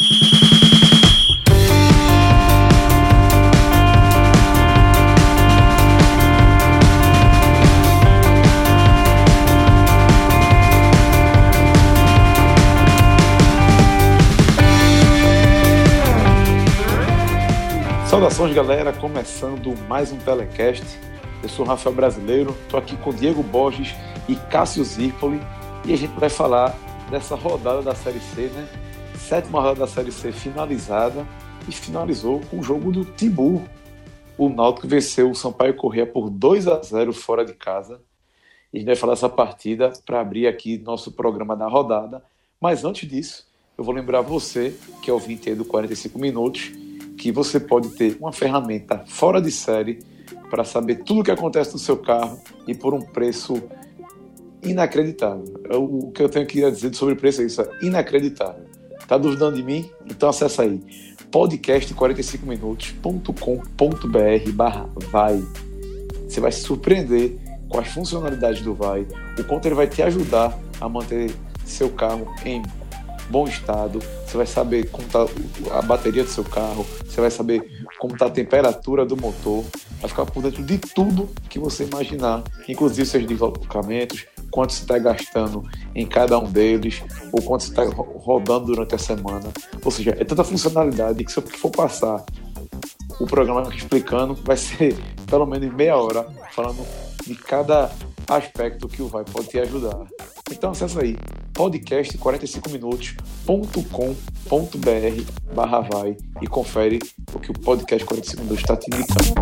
Saudações, galera, começando mais um Telecast. Eu sou o Rafael Brasileiro, estou aqui com Diego Borges e Cássio Zirpoli e a gente vai falar dessa rodada da Série C, né? 7ª rodada da Série C finalizada e finalizou com o jogo do Timbu. O Náutico venceu o Sampaio Corrêa por 2-0 fora de casa. E a gente vai falar dessa partida para abrir aqui nosso programa da rodada. Mas antes disso, eu vou lembrar você, que é ouvinte aí do 45 Minutos, que você pode ter uma ferramenta fora de série para saber tudo o que acontece no seu carro e por um preço inacreditável. O que eu tenho que dizer sobre o preço é isso, é inacreditável. Tá duvidando de mim? Então acessa aí podcast45minutos.com.br/vai. Você vai se surpreender com as funcionalidades do Vai, o quanto ele vai te ajudar a manter seu carro em bom estado. Você vai saber como está a bateria do seu carro, você vai saber como está a temperatura do motor, vai ficar por dentro de tudo que você imaginar, inclusive seus deslocamentos, quanto você está gastando em cada um deles, ou quanto você está rodando durante a semana. Ou seja, é tanta funcionalidade que se eu for passar o programa aqui explicando, vai ser pelo menos meia hora falando de cada aspecto que o Vai pode te ajudar. Então acessa aí podcast45minutos.com.br/vai e confere o que o podcast 45 Minutos está te indicando.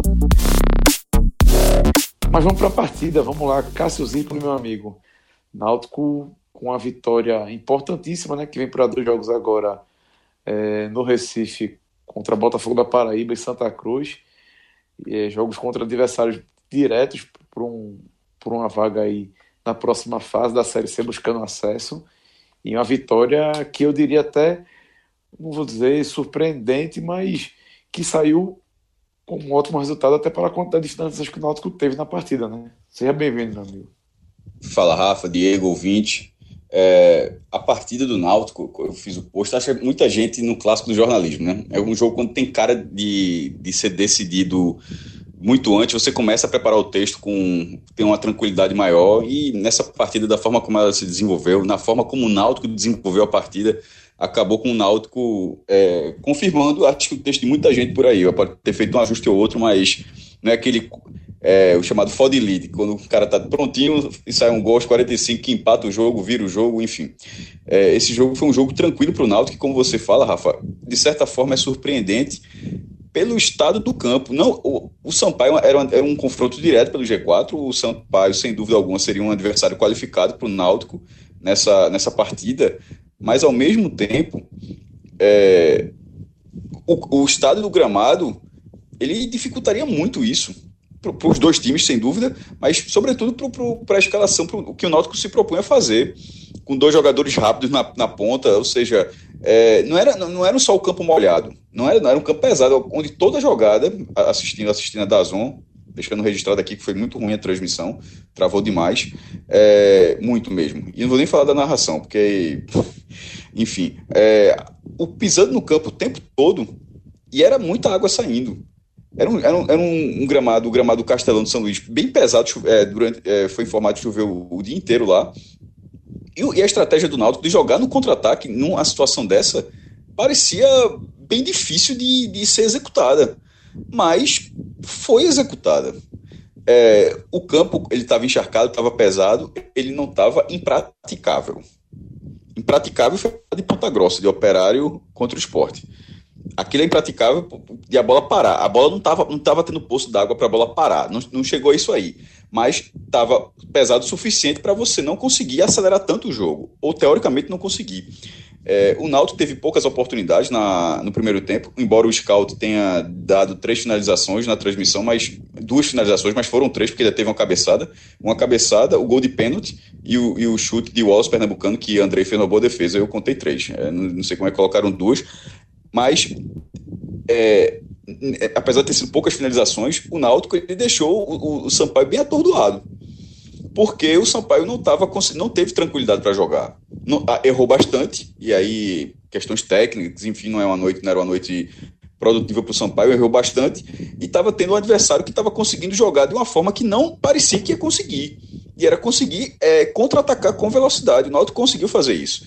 Mas vamos para a partida, vamos lá, Cássio Zirpoli, meu amigo. Náutico com uma vitória importantíssima, né, que vem para 2 jogos agora no Recife, contra Botafogo da Paraíba e Santa Cruz. Jogos contra adversários diretos por uma vaga aí na próxima fase da Série C, buscando acesso, e uma vitória que eu diria até, não vou dizer surpreendente, mas que saiu com um ótimo resultado até pela quantidade de finalizações que o Náutico teve na partida, né? Seja bem-vindo, meu amigo. Fala, Rafa, Diego, ouvinte. A partida do Náutico, eu fiz o post, acho que muita gente no clássico do jornalismo, né? É um jogo quando tem cara de ser decidido muito antes, você começa a preparar o texto tem uma tranquilidade maior, e nessa partida, da forma como ela se desenvolveu, na forma como o Náutico desenvolveu a partida, acabou com o Náutico confirmando, acho que o texto de muita gente por aí, pode ter feito um ajuste ou outro, mas não é aquele o chamado FOD lead, quando o cara tá prontinho e sai um gol aos 45 que empata o jogo, vira o jogo, enfim. Esse jogo foi um jogo tranquilo para o Náutico, que, como você fala, Rafa, de certa forma é surpreendente pelo estado do campo. Não, o Sampaio era um confronto direto pelo G4, o Sampaio, sem dúvida alguma, seria um adversário qualificado para o Náutico nessa partida, mas, ao mesmo tempo, o estado do gramado, ele dificultaria muito isso para os dois times, sem dúvida, mas, sobretudo, para a escalação, para o que o Náutico se propõe a fazer, com 2 jogadores rápidos na ponta, ou seja, não era só o campo molhado, não era um campo pesado, onde toda jogada, assistindo a DAZN, deixando registrado aqui que foi muito ruim a transmissão, travou demais, muito mesmo. E não vou nem falar da narração, porque, enfim, o pisando no campo o tempo todo, e era muita água saindo. Era um gramado, o gramado do Castelão de São Luís, bem pesado, foi informado que choveu o dia inteiro lá. E a estratégia do Náutico de jogar no contra-ataque numa situação dessa parecia bem difícil de ser executada, mas foi executada. O campo, ele estava encharcado, estava pesado, ele não estava impraticável. Impraticável foi de Ponta Grossa, de Operário contra o Sport. Aquilo é impraticável de a bola parar. A bola não estava tendo poço d'água para a bola parar. Não chegou a isso aí. Mas estava pesado o suficiente para você não conseguir acelerar tanto o jogo. Ou, teoricamente, não conseguir. O Náutico teve poucas oportunidades no primeiro tempo, embora o Scout tenha dado 3 finalizações na transmissão, 2 finalizações, mas foram 3, porque ainda teve uma cabeçada, o gol de pênalti e o chute de Wallace Pernambucano, que Andrei fez uma boa defesa. Eu contei 3. Não sei como é que colocaram 2, mas apesar de ter sido poucas finalizações, o Náutico ele deixou o Sampaio bem atordoado, porque o Sampaio não teve tranquilidade para jogar. Errou bastante, e aí questões técnicas, enfim, não era uma noite produtiva para o Sampaio, errou bastante e estava tendo um adversário que estava conseguindo jogar de uma forma que não parecia que ia conseguir, e era conseguir contra-atacar com velocidade. O Náutico conseguiu fazer isso.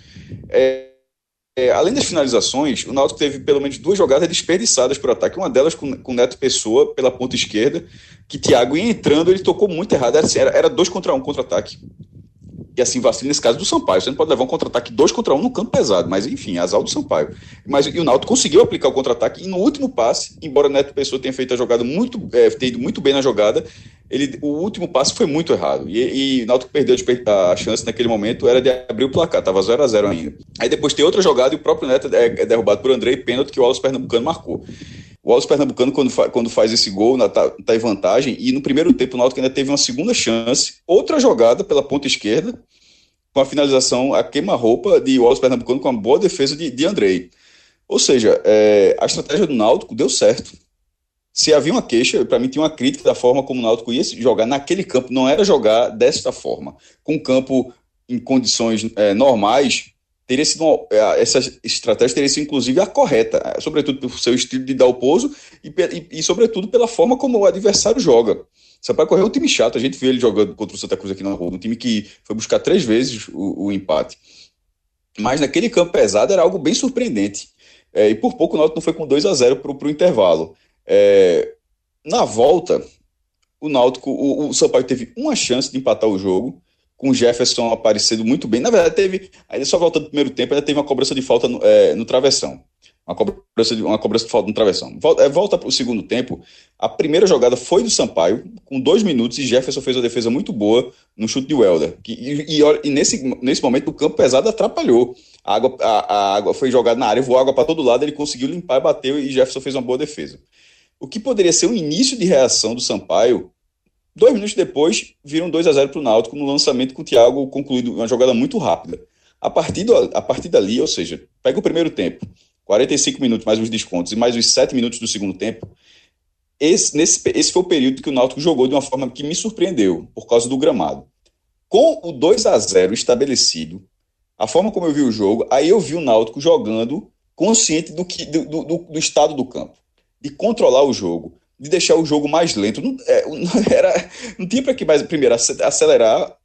Além das finalizações, o Náutico teve pelo menos 2 jogadas desperdiçadas por ataque, uma delas com Neto Pessoa pela ponta esquerda, que Thiago ia entrando, ele tocou muito errado, era 2 contra 1 contra-ataque. E assim, vacina nesse caso do Sampaio. Você não pode levar um contra-ataque 2 contra 1 no campo pesado, mas enfim, azar do Sampaio. E o Náutico conseguiu aplicar o contra-ataque, e no último passe, embora Neto Pessoa tenha feito a jogada tenha ido muito bem na jogada, o último passe foi muito errado. E o Náutico perdeu a chance naquele momento, era de abrir o placar, estava 0-0 ainda. Aí depois tem outra jogada e o próprio Neto é derrubado por André, pênalti que o Wallace Pernambucano marcou. O Wallace Pernambucano, quando faz esse gol, tá em vantagem, e no primeiro tempo o Náutico ainda teve uma segunda chance, outra jogada pela ponta esquerda, com a finalização a queima-roupa de Wallace Pernambucano com uma boa defesa de Andrei. Ou seja, a estratégia do Náutico deu certo. Se havia uma queixa, para mim tinha uma crítica da forma como o Náutico ia jogar naquele campo, não era jogar desta forma. Com o campo em condições normais, teria sido essa estratégia teria sido inclusive a correta, sobretudo pelo seu estilo de dar o pouso e sobretudo pela forma como o adversário joga. Sampaio Corrêa é um time chato, a gente viu ele jogando contra o Santa Cruz aqui na rua, um time que foi buscar 3 vezes o empate. Mas naquele campo pesado era algo bem surpreendente. E por pouco o Náutico não foi com 2-0 para o intervalo. Na volta, o Sampaio teve uma chance de empatar o jogo, com o Jefferson aparecendo muito bem. Na verdade, ainda só voltando no primeiro tempo, ainda teve uma cobrança de falta no travessão. Uma cobrança de falta no travessão. Volta para o segundo tempo. A primeira jogada foi do Sampaio, com 2 minutos, e Jefferson fez uma defesa muito boa no chute de Welder. E nesse momento o campo pesado atrapalhou. A água foi jogada na área, voou água para todo lado, ele conseguiu limpar, bateu e Jefferson fez uma boa defesa. O que poderia ser o início de reação do Sampaio, 2 minutos depois, viram 2-0 para o Náutico no lançamento com o Thiago concluído, uma jogada muito rápida. A partir dali, ou seja, pega o primeiro tempo, 45 minutos mais os descontos e mais os 7 minutos do segundo tempo, esse foi o período que o Náutico jogou de uma forma que me surpreendeu, por causa do gramado. Com o 2-0 estabelecido, a forma como eu vi o jogo, aí eu vi o Náutico jogando consciente do estado do campo, de controlar o jogo, de deixar o jogo mais lento. Não tinha para que mais, primeiro, acelerar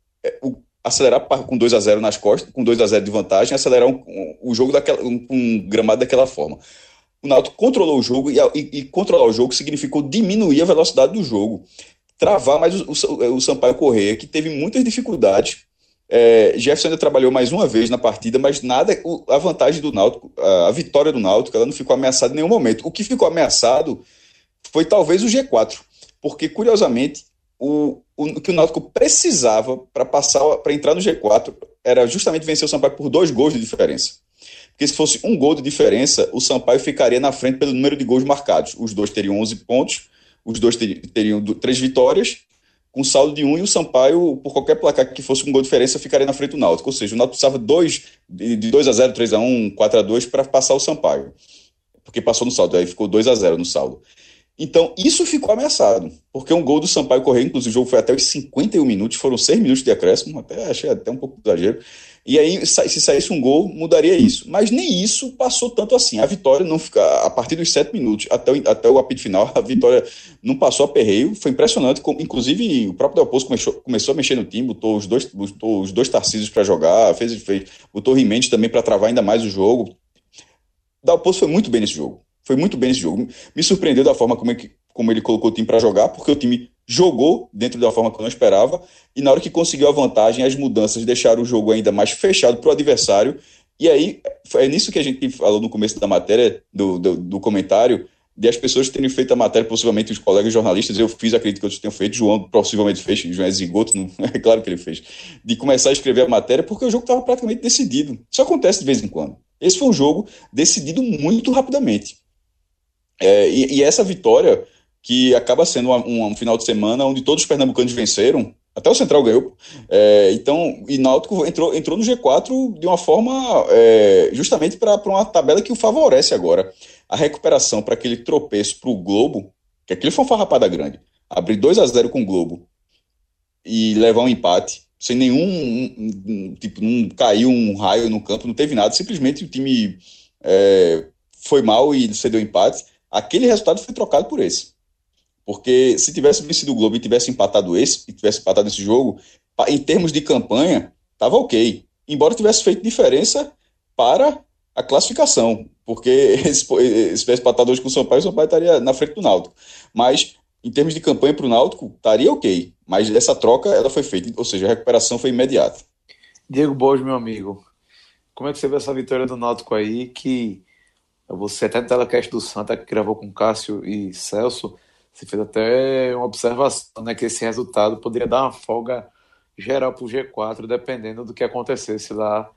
com 2-0 nas costas, com 2-0 de vantagem, acelerar o jogo um gramado daquela forma. O Náutico controlou o jogo e controlar o jogo significou diminuir a velocidade do jogo, travar mais o Sampaio Corrêa, que teve muitas dificuldades. Jefferson ainda trabalhou mais uma vez na partida, mas a vantagem do Náutico, a vitória do Náutico, ela não ficou ameaçada em nenhum momento. O que ficou ameaçado foi talvez o G4, porque curiosamente o que o Náutico precisava para entrar no G4 era justamente vencer o Sampaio por 2 gols de diferença. Porque se fosse 1 gol de diferença, o Sampaio ficaria na frente pelo número de gols marcados. Os dois teriam 11 pontos, os dois teriam 3 vitórias, com saldo de 1, e o Sampaio, por qualquer placar que fosse 1 gol de diferença, ficaria na frente do Náutico. Ou seja, o Náutico precisava de 2-0, 3-1, 4-2 para passar o Sampaio. Porque passou no saldo, aí ficou 2-0 no saldo. Então, isso ficou ameaçado, porque um gol do Sampaio Corrêa, inclusive o jogo foi até os 51 minutos, foram 6 minutos de acréscimo, achei até um pouco de exagero, e aí, se saísse um gol, mudaria isso. Mas nem isso passou tanto assim. A vitória não fica, a partir dos 7 minutos, até o apito final, a vitória não passou a perreio, foi impressionante, inclusive o próprio Del Pozo começou a mexer no time, botou os dois Tarcísios para jogar, botou o Rimendes também para travar ainda mais o jogo. Del Pozo foi muito bem nesse jogo. Me surpreendeu da forma como ele colocou o time para jogar, porque o time jogou dentro da forma que eu não esperava, e na hora que conseguiu a vantagem, as mudanças deixaram o jogo ainda mais fechado para o adversário. E aí, é nisso que a gente falou no começo da matéria, do comentário, de as pessoas terem feito a matéria, possivelmente os colegas jornalistas, eu fiz, acredito que outros tenham feito, João possivelmente fez, João é zigoto, não é claro que ele fez, de começar a escrever a matéria, porque o jogo estava praticamente decidido. Isso acontece de vez em quando. Esse foi um jogo decidido muito rapidamente. E essa vitória, que acaba sendo um final de semana onde todos os pernambucanos venceram, até o Central ganhou, então, e Náutico entrou no G4 de uma forma justamente para uma tabela que o favorece agora. A recuperação para aquele tropeço para o Globo, que aquele foi uma farrapada grande, abrir 2-0 com o Globo e levar um empate, sem nenhum, não caiu um raio no campo, não teve nada, simplesmente o time foi mal e cedeu empate, aquele resultado foi trocado por esse. Porque se tivesse vencido o Globo e tivesse empatado esse jogo, em termos de campanha, estava ok. Embora tivesse feito diferença para a classificação, porque se tivesse empatado hoje com o Sampaio estaria na frente do Náutico. Mas, em termos de campanha para o Náutico, estaria ok. Mas essa troca, ela foi feita, ou seja, a recuperação foi imediata. Diego Borges, meu amigo, como é que você vê essa vitória do Náutico aí, que você até no telecast do Santa, que gravou com Cássio e Celso, você fez até uma observação, né, que esse resultado poderia dar uma folga geral para o G4, dependendo do que acontecesse lá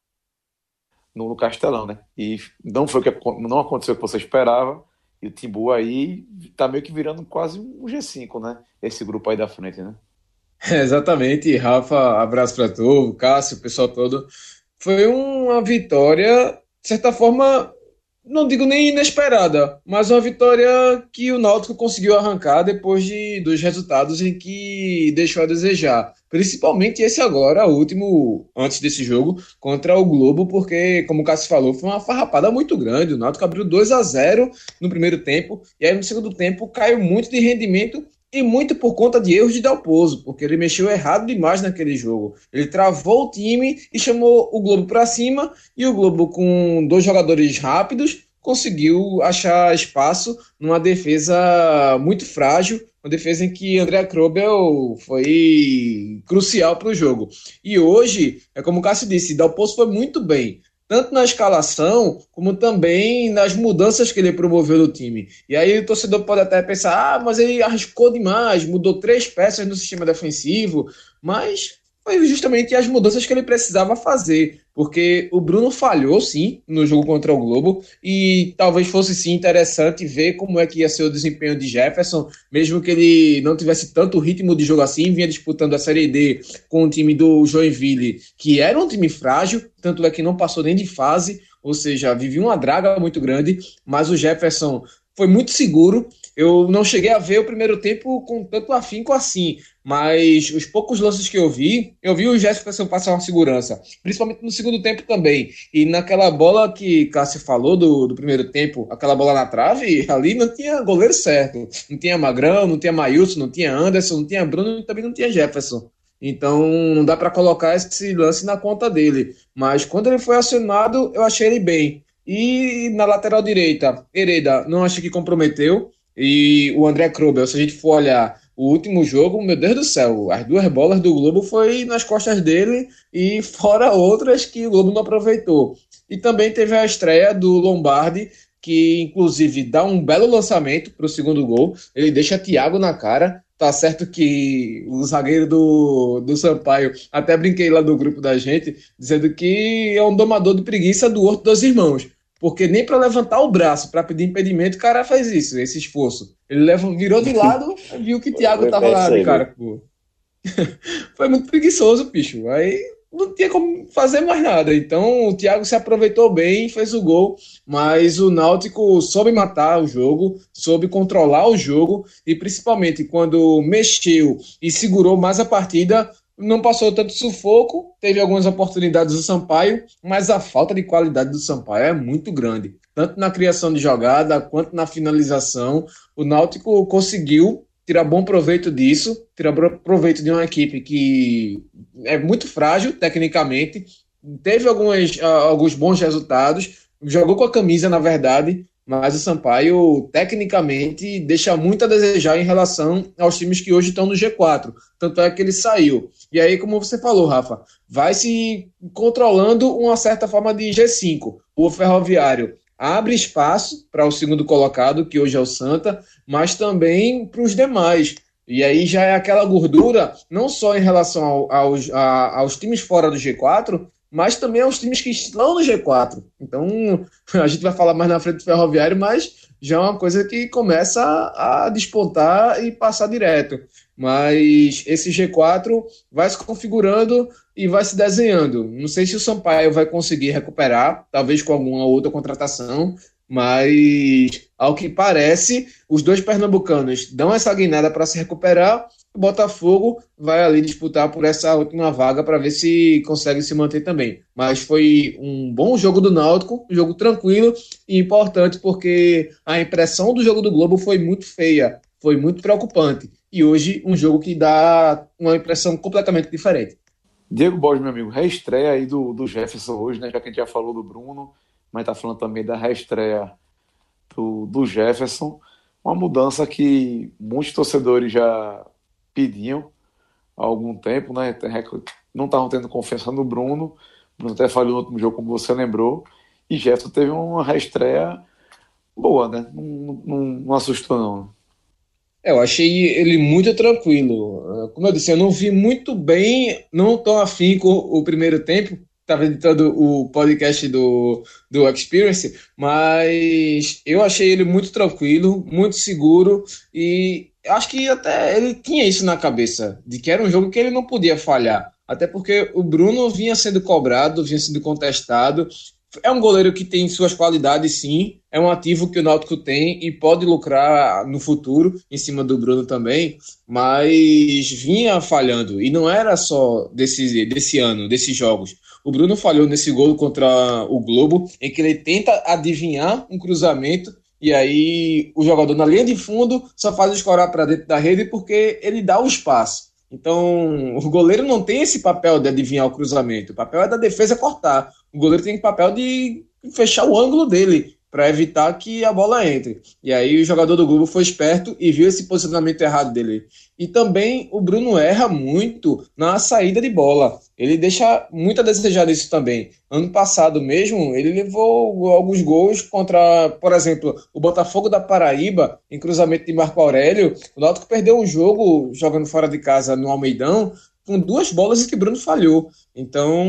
no Castelão, né? E não foi o que não aconteceu o que você esperava, e o Timbu aí tá meio que virando quase um G5, né? Esse grupo aí da frente, né? Exatamente, Rafa, abraço para tu, Cássio, o pessoal todo. Foi uma vitória, de certa forma, não digo nem inesperada, mas uma vitória que o Náutico conseguiu arrancar depois dos resultados em que deixou a desejar. Principalmente esse agora, o último, antes desse jogo, contra o Globo, porque, como o Cássio falou, foi uma farrapada muito grande. O Náutico abriu 2-0 no primeiro tempo, e aí no segundo tempo caiu muito de rendimento e muito por conta de erros de Dalpozo, porque ele mexeu errado demais naquele jogo. Ele travou o time e chamou o Globo para cima, e o Globo, com dois jogadores rápidos, conseguiu achar espaço numa defesa muito frágil, uma defesa em que André Krobel foi crucial para o jogo. E hoje, é como o Cássio disse, Dalpozo foi muito bem, tanto na escalação, como também nas mudanças que ele promoveu no time. E aí o torcedor pode até pensar, mas ele arriscou demais, mudou 3 peças no sistema defensivo, mas foi justamente as mudanças que ele precisava fazer, porque o Bruno falhou, sim, no jogo contra o Globo, e talvez fosse, sim, interessante ver como é que ia ser o desempenho de Jefferson, mesmo que ele não tivesse tanto ritmo de jogo assim, vinha disputando a Série D com o time do Joinville, que era um time frágil, tanto é que não passou nem de fase, ou seja, vivia uma draga muito grande, mas o Jefferson foi muito seguro. Eu não cheguei a ver o primeiro tempo com tanto afinco assim, mas os poucos lances que eu vi o Jefferson passar uma segurança, principalmente no segundo tempo também. E naquela bola que Cássio falou do primeiro tempo, aquela bola na trave, ali não tinha goleiro certo. Não tinha Magrão, não tinha Maílson, não tinha Anderson, não tinha Bruno e também não tinha Jefferson. Então não dá para colocar esse lance na conta dele. Mas quando ele foi acionado, eu achei ele bem. E na lateral direita, Hereda não acho que comprometeu. E o André Krobel, se a gente for olhar o último jogo, meu Deus do céu, as 2 bolas do Globo foi nas costas dele e fora outras que o Globo não aproveitou. E também teve a estreia do Lombardi, que inclusive dá um belo lançamento para o segundo gol. Ele deixa Thiago na cara. Tá certo que o zagueiro do Sampaio, até brinquei lá no grupo da gente, dizendo que é um domador de preguiça do Horto dos Irmãos. Porque nem para levantar o braço para pedir impedimento, o cara faz isso, esse esforço. Ele virou de lado, viu que o Thiago tava lá de cara. Pô. Foi muito preguiçoso, bicho. Aí não tinha como fazer mais nada. Então o Thiago se aproveitou bem, fez o gol, mas o Náutico soube matar o jogo, soube controlar o jogo, e principalmente quando mexeu e segurou mais a partida, não passou tanto sufoco, teve algumas oportunidades do Sampaio, mas a falta de qualidade do Sampaio é muito grande. Tanto na criação de jogada, quanto na finalização, o Náutico conseguiu tirar bom proveito disso, tirar proveito de uma equipe que é muito frágil tecnicamente, teve alguns bons resultados, jogou com a camisa, na verdade, mas o Sampaio, tecnicamente, deixa muito a desejar em relação aos times que hoje estão no G4. Tanto é que ele saiu. E aí, como você falou, Rafa, vai se controlando uma certa forma de G5. O Ferroviário abre espaço para o segundo colocado, que hoje é o Santa, mas também para os demais. E aí já é aquela gordura, não só em relação aos times fora do G4, mas também aos times que estão no G4. Então, a gente vai falar mais na frente do Ferroviário, mas já é uma coisa que começa a despontar e passar direto. Mas esse G4 vai se configurando e vai se desenhando. Não sei se o Sampaio vai conseguir recuperar, talvez com alguma outra contratação, mas, ao que parece, os 2 pernambucanos dão essa guinada para se recuperar. o Botafogo vai ali disputar por essa última vaga para ver se consegue se manter também. Mas foi um bom jogo do Náutico, um jogo tranquilo e importante, porque a impressão do jogo do Globo foi muito feia, foi muito preocupante. E hoje um jogo que dá uma impressão completamente diferente. Diego Borges, meu amigo, reestreia aí do Jefferson hoje, né? Já que a gente já falou do Bruno, mas tá falando também da reestreia do Jefferson. Uma mudança que muitos torcedores já pediam há algum tempo, né? Não estavam tendo confiança no Bruno. O Bruno até falou no último jogo, como você lembrou. E Jefferson teve uma reestreia boa, né? Não assustou, não. Eu achei ele muito tranquilo. Como eu disse, eu não vi muito bem, não tão afim com o primeiro tempo. Estava editando o podcast do Experience, mas eu achei ele muito tranquilo, muito seguro e acho que até ele tinha isso na cabeça, de que era um jogo que ele não podia falhar. Até porque o Bruno vinha sendo cobrado, vinha sendo contestado. É um goleiro que tem suas qualidades, sim. É um ativo que o Náutico tem e pode lucrar no futuro, em cima do Bruno também, mas vinha falhando. E não era só desse ano, desses jogos. O Bruno falhou nesse gol contra o Globo, em que ele tenta adivinhar um cruzamento e aí o jogador na linha de fundo só faz escorar para dentro da rede porque ele dá o espaço. Então, o goleiro não tem esse papel de adivinhar o cruzamento. O papel é da defesa cortar. O goleiro tem o papel de fechar o ângulo dele para evitar que a bola entre. E aí o jogador do Globo foi esperto e viu esse posicionamento errado dele. E também o Bruno erra muito na saída de bola. Ele deixa muito a desejar nisso também. Ano passado mesmo, ele levou alguns gols contra, por exemplo, o Botafogo da Paraíba, em cruzamento de Marco Aurélio. O Náutico perdeu um jogo jogando fora de casa no Almeidão, com 2 bolas e que Bruno falhou. Então,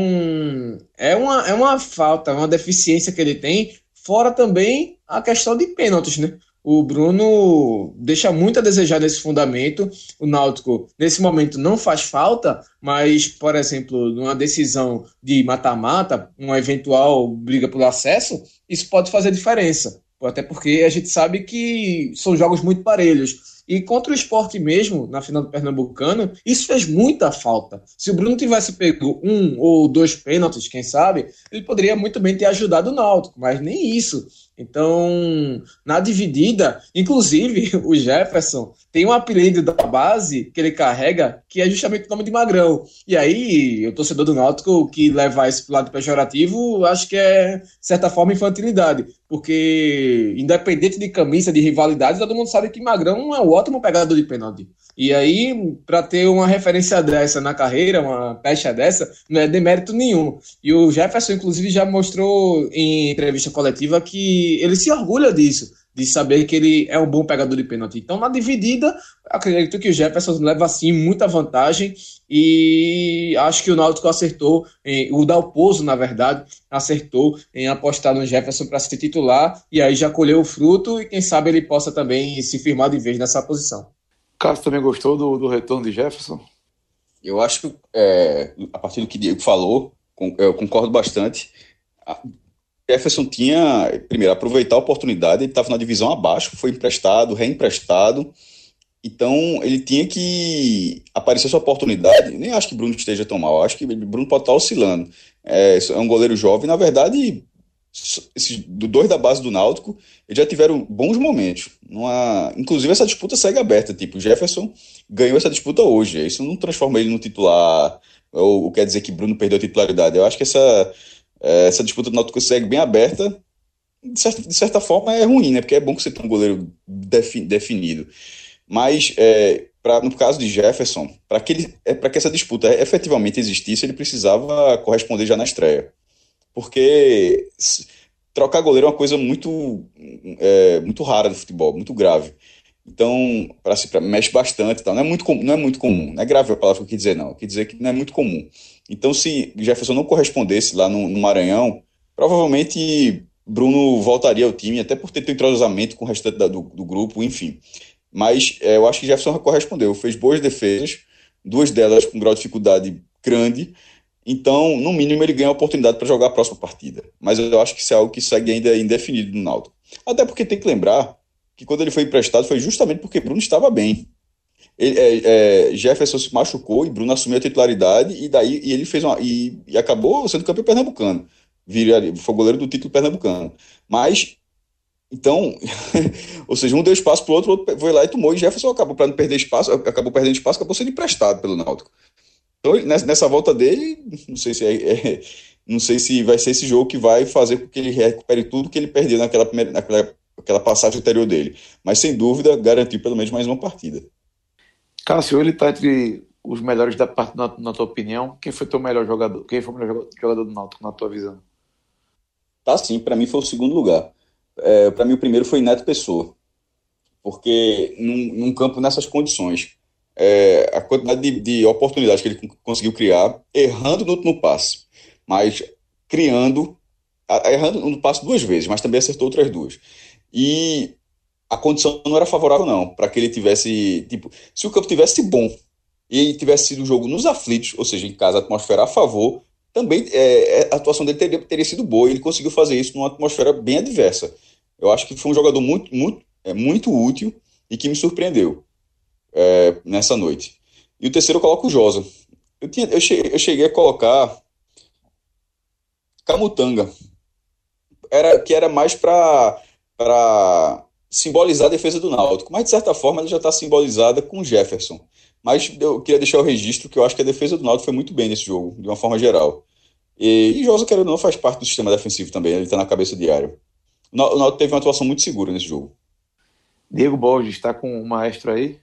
é uma falta, uma deficiência que ele tem, fora também a questão de pênaltis, né? O Bruno deixa muito a desejar nesse fundamento. O Náutico, nesse momento, não faz falta, mas, por exemplo, numa decisão de mata-mata, uma eventual briga pelo acesso, isso pode fazer diferença. Até porque a gente sabe que são jogos muito parelhos. E contra o Sport mesmo, na final do Pernambucano, isso fez muita falta. Se o Bruno tivesse pego 1 ou 2 pênaltis, quem sabe, ele poderia muito bem ter ajudado o Náutico, mas nem isso. Então, na dividida, inclusive, o Jefferson tem um apelido da base que ele carrega, que é justamente o nome de Magrão. E aí, o torcedor do Náutico que leva isso para o lado pejorativo, acho que é, de certa forma, infantilidade. Porque, independente de camisa, de rivalidade, todo mundo sabe que Magrão é um ótimo pegador de pênalti. E aí, para ter uma referência dessa na carreira, uma pecha dessa, não é demérito nenhum. E o Jefferson, inclusive, já mostrou em entrevista coletiva que ele se orgulha disso, de saber que ele é um bom pegador de pênalti. Então, na dividida, acredito que o Jefferson leva, sim, muita vantagem e acho que o Náutico acertou, o Dalpozo, na verdade, acertou em apostar no Jefferson para ser titular e aí já colheu o fruto e quem sabe ele possa também se firmar de vez nessa posição. Cássio também gostou do retorno de Jefferson? Eu acho que, a partir do que o Diego falou, eu concordo bastante. Jefferson tinha, primeiro, aproveitar a oportunidade, ele estava na divisão abaixo, foi emprestado, reemprestado, então ele tinha que aparecer sua oportunidade. Nem acho que Bruno esteja tão mal, acho que Bruno pode estar oscilando. É um goleiro jovem, na verdade, esses 2 da base do Náutico, eles já tiveram bons momentos. Inclusive essa disputa segue aberta, tipo, o Jefferson ganhou essa disputa hoje, isso não transforma ele no titular, ou quer dizer que Bruno perdeu a titularidade. Eu acho que essa disputa do Náutico segue bem aberta, de certa forma é ruim, né? Porque é bom que você tenha um goleiro definido. Mas, no caso de Jefferson, para que essa disputa efetivamente existisse, ele precisava corresponder já na estreia. Porque trocar goleiro é uma coisa muito rara do futebol, muito grave. Então, mexe bastante e tal. Não é muito comum. Não é grave a palavra que eu quis dizer, não. Eu quis dizer que não é muito comum. Então, se Jefferson não correspondesse lá no Maranhão, provavelmente Bruno voltaria ao time, até por ter entrosamento com o restante do grupo, enfim. Mas eu acho que Jefferson correspondeu. Fez boas defesas, 2 delas com grau de dificuldade grande. Então, no mínimo, ele ganha a oportunidade para jogar a próxima partida. Mas eu acho que isso é algo que segue ainda indefinido no Náutico. Até porque tem que lembrar que quando ele foi emprestado foi justamente porque Bruno estava bem. Jefferson se machucou e Bruno assumiu a titularidade e ele fez e acabou sendo campeão pernambucano. Foi goleiro do título pernambucano. Mas, então, ou seja, um deu espaço para o outro foi lá e tomou, e Jefferson acabou para não perder espaço, acabou perdendo espaço, acabou sendo emprestado pelo Náutico. Então, nessa volta dele, não sei se vai ser esse jogo que vai fazer com que ele recupere tudo que ele perdeu naquela passagem anterior dele. Mas, sem dúvida, garantiu pelo menos mais uma partida. Cássio, ele está entre os melhores da parte, na tua opinião. Quem foi teu melhor jogador? Quem foi o melhor jogador do Náutico, na tua visão? Tá, sim, para mim foi o segundo lugar. Para mim o primeiro foi Neto Pessoa, porque num campo nessas condições, a quantidade de oportunidades que ele conseguiu criar, errando no último passe, mas errando no passe 2 vezes, mas também acertou outras 2. E a condição não era favorável não, para que ele tivesse, se o campo tivesse bom e tivesse sido o jogo nos aflitos, ou seja, em casa, a atmosfera a favor, também a atuação dele teria sido boa, e ele conseguiu fazer isso numa atmosfera bem adversa. Eu acho que foi um jogador muito útil e que me surpreendeu nessa noite. E o terceiro eu coloco o Josa. Eu cheguei a colocar Camutanga, que era mais para simbolizar a defesa do Náutico, mas de certa forma ela já está simbolizada com Jefferson. Mas eu queria deixar o registro que eu acho que a defesa do Náutico foi muito bem nesse jogo, de uma forma geral. E Josa, querendo ou não, faz parte do sistema defensivo também, ele está na cabeça diária. O Náutico teve uma atuação muito segura nesse jogo. Diego Borges está com o maestro aí?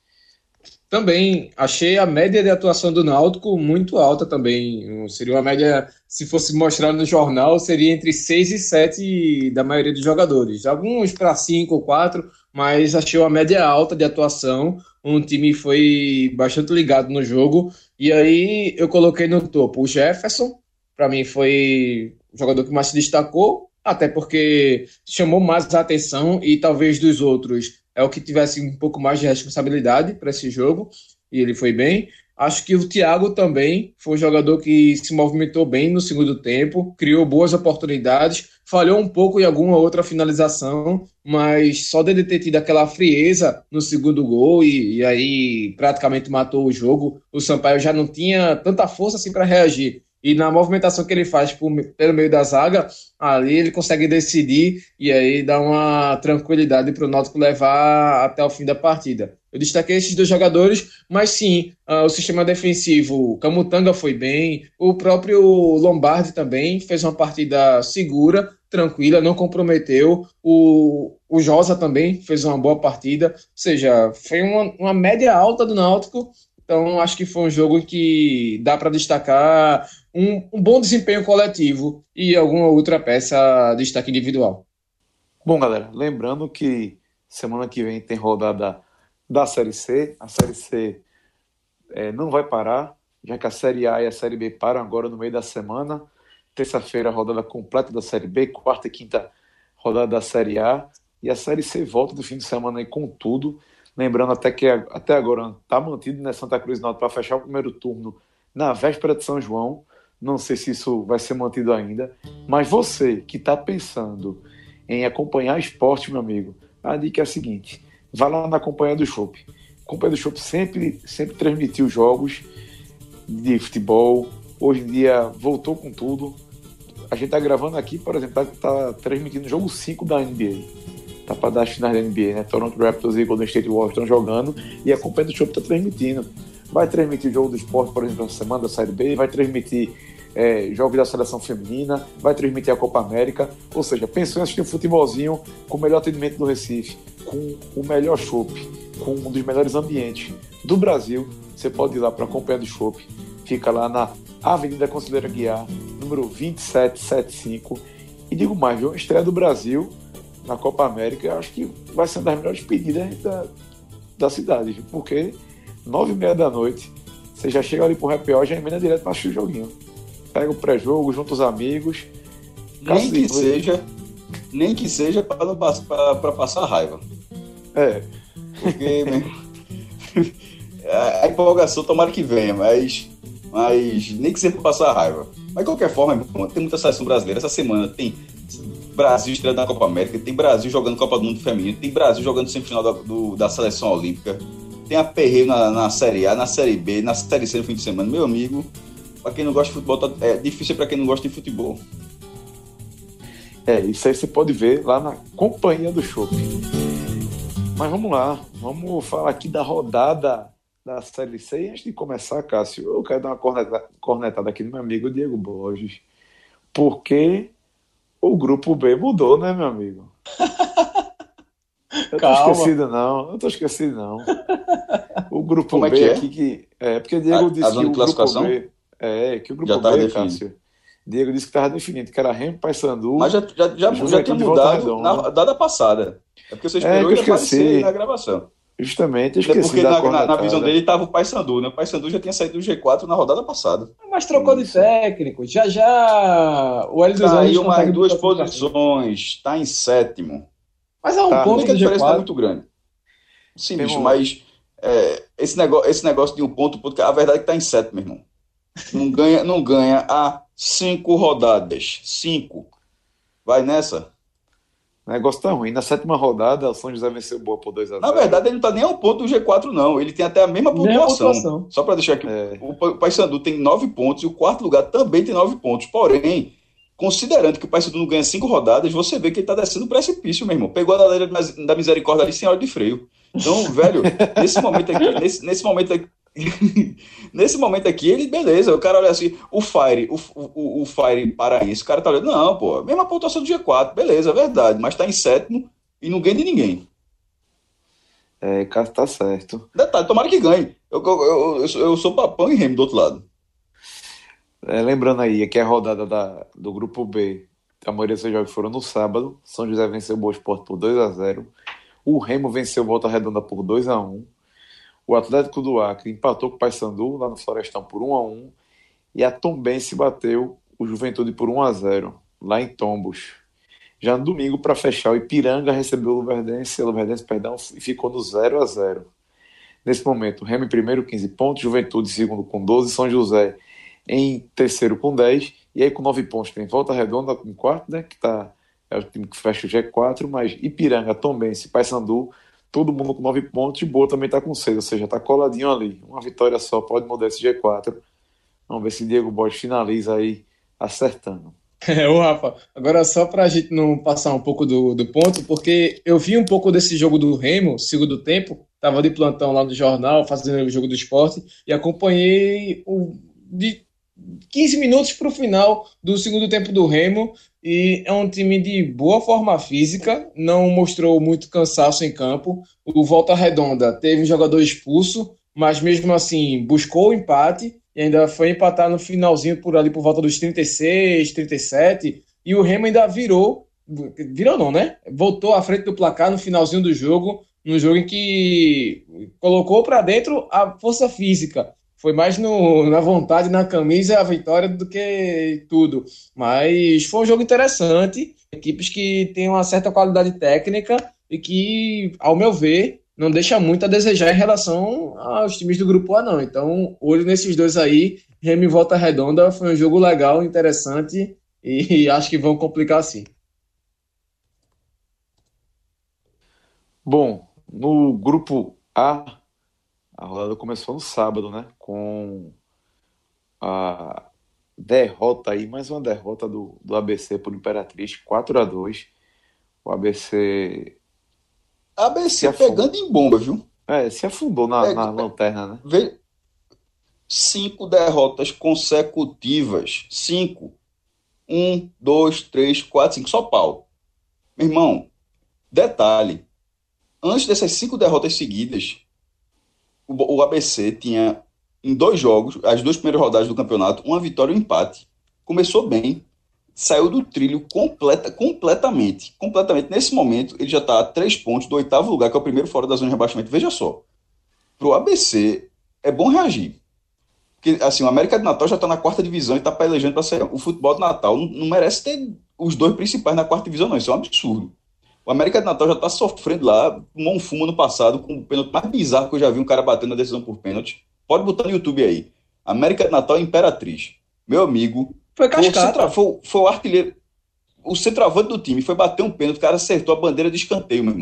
Também achei a média de atuação do Náutico muito alta também. Seria uma média, se fosse mostrar no jornal, seria entre 6 e 7 da maioria dos jogadores. Alguns para 5 ou 4, mas achei uma média alta de atuação. Um time foi bastante ligado no jogo. E aí eu coloquei no topo o Jefferson. Para mim foi o jogador que mais se destacou, até porque chamou mais a atenção e talvez dos outros é o que tivesse um pouco mais de responsabilidade para esse jogo, e ele foi bem. Acho que o Thiago também foi um jogador que se movimentou bem no segundo tempo, criou boas oportunidades, falhou um pouco em alguma outra finalização, mas só dele ter tido aquela frieza no segundo gol e aí praticamente matou o jogo, o Sampaio já não tinha tanta força assim para reagir. E na movimentação que ele faz pelo meio da zaga, ali ele consegue decidir e aí dá uma tranquilidade para o Náutico levar até o fim da partida. Eu destaquei esses 2 jogadores, mas sim, o sistema defensivo, o Camutanga foi bem, o próprio Lombardi também fez uma partida segura, tranquila, não comprometeu, o Josa também fez uma boa partida, ou seja, foi uma média alta do Náutico. Então, acho que foi um jogo que dá para destacar um bom desempenho coletivo e alguma outra peça de destaque individual. Bom, galera, lembrando que semana que vem tem rodada da Série C. A Série C não vai parar, já que a Série A e a Série B param agora no meio da semana. Terça-feira, rodada completa da Série B, quarta e quinta, rodada da Série A. E a Série C volta do fim de semana aí com tudo. Lembrando até que até agora está mantido, né, Santa Cruz Náutico para fechar o primeiro turno na véspera de São João. Não sei se isso vai ser mantido ainda. Mas você que está pensando em acompanhar esporte, meu amigo, a dica é a seguinte: vá lá na Companhia do Chopp. A Companhia do Chopp sempre transmitiu jogos de futebol. Hoje em dia voltou com tudo. A gente está gravando aqui, por exemplo, está transmitindo o jogo 5 da NBA. Tá para dar as finais da NBA, né? Toronto Raptors e Golden State Warriors estão jogando e a Companhia do Chopp está transmitindo. Vai transmitir o jogo do esporte, por exemplo, na semana da Série B, vai transmitir jogos da seleção feminina, vai transmitir a Copa América. Ou seja, pensou em assistir um futebolzinho com o melhor atendimento do Recife, com o melhor chopp, com um dos melhores ambientes do Brasil. Você pode ir lá para a Companhia do Chopp, fica lá na Avenida Conselheiro Aguiar, número 2775. E digo mais, viu? Estreia do Brasil na Copa América, eu acho que vai ser uma das melhores pedidas da cidade, porque 9h30 da noite, você já chega ali pro Happy Hour, já emenda direto para assistir o joguinho. Pega o pré-jogo, junta os amigos. Nem que seja para passar raiva. Porque a empolgação tomara que venha, mas nem que seja para passar raiva. Mas de qualquer forma, tem muita seleção brasileira. Essa semana tem Brasil estreando na Copa América, tem Brasil jogando Copa do Mundo Feminino, tem Brasil jogando semifinal da Seleção Olímpica. tem aperreio na Série A, na Série B, na Série C no fim de semana. Meu amigo, para quem não gosta de futebol, é difícil para quem não gosta de futebol. Isso aí você pode ver lá na Companhia do Shopping. Mas vamos lá, vamos falar aqui da rodada da Série C. E antes de começar, Cássio, eu quero dar uma cornetada aqui no meu amigo Diego Borges, porque o grupo B mudou, né, meu amigo? Eu tô esquecido não. O grupo Como B é aqui porque Diego disse que o grupo B que o grupo já B, definido. Cássio, Diego disse que estava definido, que era Remo, Paysandu. Mas já tinha mudado na rodada passada. É porque você esperou e aparecer na gravação. Justamente, eu esqueci. Porque na visão dele estava o Paysandu, né? O Paysandu já tinha saído do G4 na rodada passada. Mas trocou de técnico. Já o Hélio dos Anjos caiu mais 2 posições, está em 7º. Mas é um ponto que a diferença não é muito grande. Sim, bicho, mas esse negócio de um ponto, porque a verdade é que está em 7º, meu irmão. Não ganha há 5 rodadas. 5. Vai nessa. O negócio tá ruim. Na 7ª rodada, o São José venceu Boa por 2-0. Na verdade, ele não tá nem a um ponto do G4, não. Ele tem até a mesma pontuação. Só para deixar aqui. O Paysandu tem 9 pontos e o quarto lugar também tem 9 pontos. Porém, considerando que o Paysandu não ganha 5 rodadas, você vê que ele tá descendo o precipício, meu irmão. Pegou a ladeira da misericórdia ali sem hora de freio. Então, velho, nesse momento aqui, ele, beleza, o cara olha assim, o Fire paraense, o cara tá olhando, não, pô, mesma pontuação do G4, beleza, é verdade, mas tá em 7º e não ganha de ninguém. Cássio, tá certo. Detalhe, tomara que ganhe. Eu sou papão e Remo do outro lado. Lembrando aí que a rodada do grupo B, a maioria dos jogos foram no sábado. São José venceu o Boa Esporte por 2-0. O Remo venceu o Volta Redonda por 2-1. O Atlético do Acre empatou com o Paysandu lá no Florestão por 1-1. E a Tombense bateu o Juventude por 1-0 lá em Tombos. Já no domingo, para fechar, o Ipiranga recebeu o Luverdense, e ficou no 0-0. Nesse momento, o Remo em primeiro, 15 pontos, Juventude em segundo com 12, São José em terceiro com 10, e aí com 9 pontos tem Volta Redonda em quarto, né, que é o time que fecha o G4, mas Ipiranga, Tombense, Paysandu, todo mundo com 9 pontos, e Boa também está com 6, ou seja, está coladinho ali. Uma vitória só pode mudar esse G4. Vamos ver se Diego Borges finaliza aí acertando. Ô Rafa, agora só para a gente não passar um pouco do ponto, porque eu vi um pouco desse jogo do Remo, segundo tempo, estava de plantão lá no jornal, fazendo o jogo do esporte, e acompanhei de 15 minutos para o final do segundo tempo do Remo, e é um time de boa forma física, não mostrou muito cansaço em campo. O Volta Redonda teve um jogador expulso, mas mesmo assim buscou o empate, e ainda foi empatar no finalzinho por ali por volta dos 36, 37, e o Remo ainda virou não, né? Voltou à frente do placar no finalzinho do jogo, num jogo em que colocou para dentro a força física. Foi mais na vontade, na camisa, a vitória do que tudo. Mas foi um jogo interessante, equipes que têm uma certa qualidade técnica e que, ao meu ver, não deixa muito a desejar em relação aos times do Grupo A, não. Então, olho nesses dois aí, Remo e Volta Redonda, foi um jogo legal, interessante, e acho que vão complicar sim. Bom, no Grupo A, a rodada começou no sábado, né? Com a derrota aí, mais uma derrota do ABC por Imperatriz, 4-2. O ABC pegando em bomba, viu? Se afundou na lanterna, né? 5 derrotas consecutivas. 5. 1, 2, 3, 4, 5. Só pau. Meu irmão, detalhe. Antes dessas 5 derrotas seguidas, o ABC tinha, em 2 jogos, as 2 primeiras rodadas do campeonato, uma vitória e um empate. Começou bem. Saiu do trilho completamente. Nesse momento, ele já está a 3 pontos do 8º lugar, que é o primeiro fora da zona de rebaixamento. Veja só. Para o ABC, é bom reagir. Porque, assim, o América de Natal já está na 4ª divisão e está pelejando para sair. O futebol de Natal não merece ter os 2 principais na 4ª divisão, não. Isso é um absurdo. O América de Natal já está sofrendo lá, tomou um fumo no passado, com o pênalti mais bizarro que eu já vi um cara batendo na decisão por pênalti. Pode botar no YouTube aí. América de Natal e Imperatriz. Meu amigo, foi cascata. Foi o artilheiro. O centroavante do time foi bater um pênalti, o cara acertou a bandeira de escanteio, meu irmão.